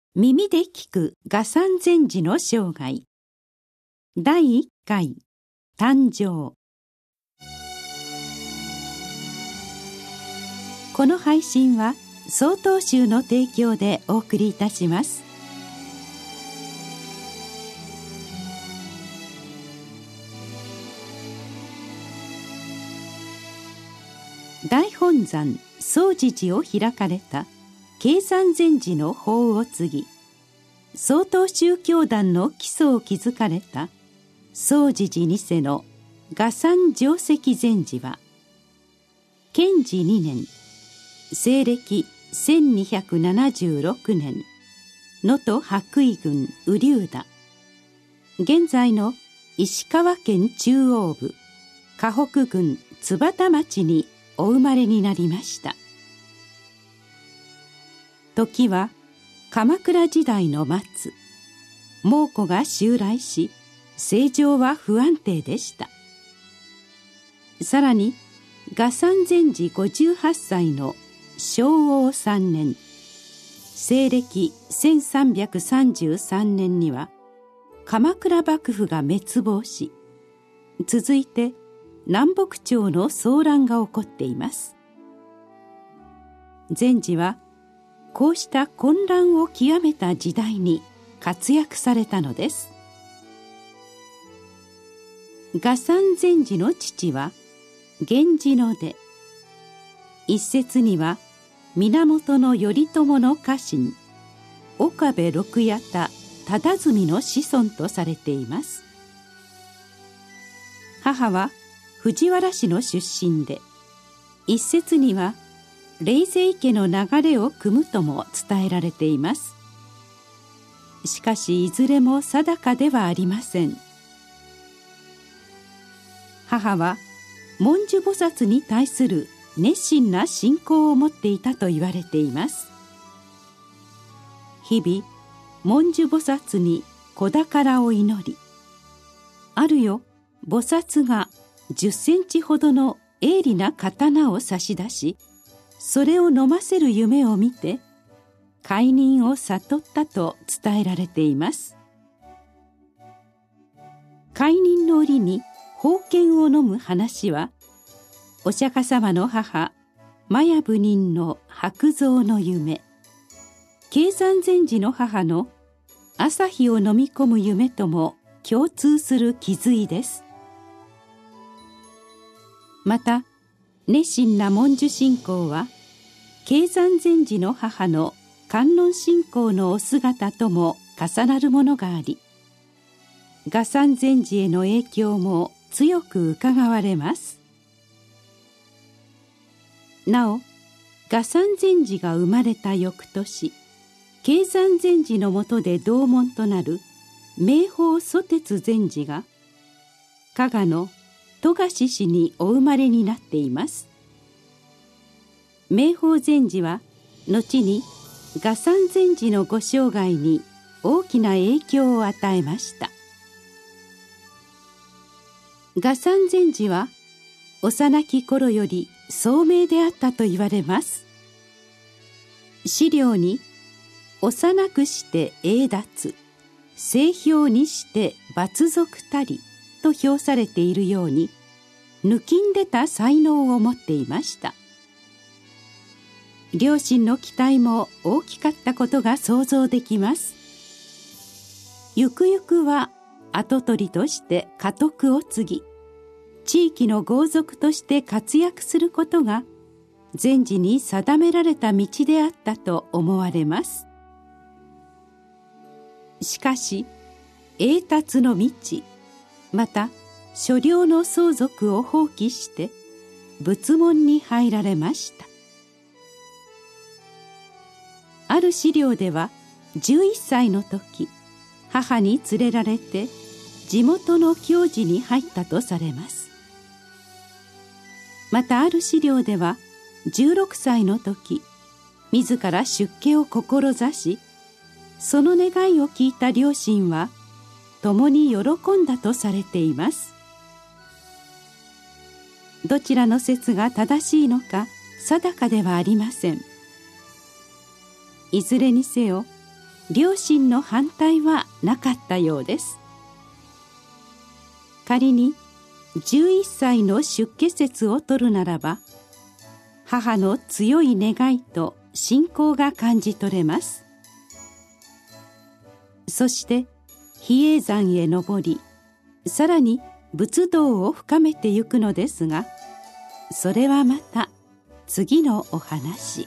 耳で聞く画山禅師の生涯第1回誕生。この配信は曹洞宗の提供でお送りいたします。大本山總持寺を開かれた慶山禅師の法を継ぎ、曹洞宗教団の基礎を築かれた總持寺二世の画山上石禅師は、建治2年西暦1276年能登白衣郡雨竜田、現在の石川県中央部河北郡津幡町にお生まれになりました。時は鎌倉時代の末、蒙古が襲来し、政情は不安定でした。さらに画山禅師58歳の正応3年西暦1333年には鎌倉幕府が滅亡し、続いて南北朝の騒乱が起こっています。禅師はこうした混乱を極めた時代に活躍されたのです。画山禅師の父は源氏の出、一説には源頼朝の家臣岡部六八田忠純の子孫とされています。母は藤原氏の出身で、一説には冷泉家の流れを汲むとも伝えられています。しかしいずれも定かではありません。母は文殊菩薩に対する熱心な信仰を持っていたと言われています。日々文殊菩薩に子宝を祈り、あるよ菩薩が10センチほどの鋭利な刀を差し出し、それを飲ませる夢を見て解任を悟ったと伝えられています。解任の折に宝剣を飲む話は、お釈迦様の母摩耶夫人の白象の夢、慶山禅師の母の朝日を飲み込む夢とも共通する気づいです。また熱心な文殊信仰は慶山禅師の母の観音信仰のお姿とも重なるものがあり、画山禅師への影響も強く伺われます。なお画山禅師が生まれた翌年、慶山禅師の下で同門となる明法蘇鉄禅師が加賀の富樫市にお生まれになっています。明法禅師は後に画山禅師のご生涯に大きな影響を与えました。画山禅師は幼き頃より聡明であったと言われます。資料に幼くして栄達、清氷にして抜俗たりと評されているように、抜きんでた才能を持っていました。両親の期待も大きかったことが想像できます。ゆくゆくは跡取りとして家督を継ぎ、地域の豪族として活躍することが禅師に定められた道であったと思われます。しかし栄達の道、また所領の相続を放棄して仏門に入られました。ある資料では11歳の時、母に連れられて地元の教寺に入ったとされます。またある資料では16歳の時、自ら出家を志し、その願いを聞いた両親は共に喜んだとされています。どちらの説が正しいのか定かではありません。いずれにせよ両親の反対はなかったようです。仮に11歳の出家説を取るならば、母の強い願いと信仰が感じ取れます。そして比叡山へ登り、さらに仏道を深めてゆくのですが、それはまた次のお話。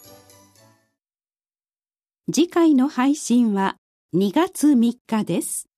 次回の配信は2月3日です。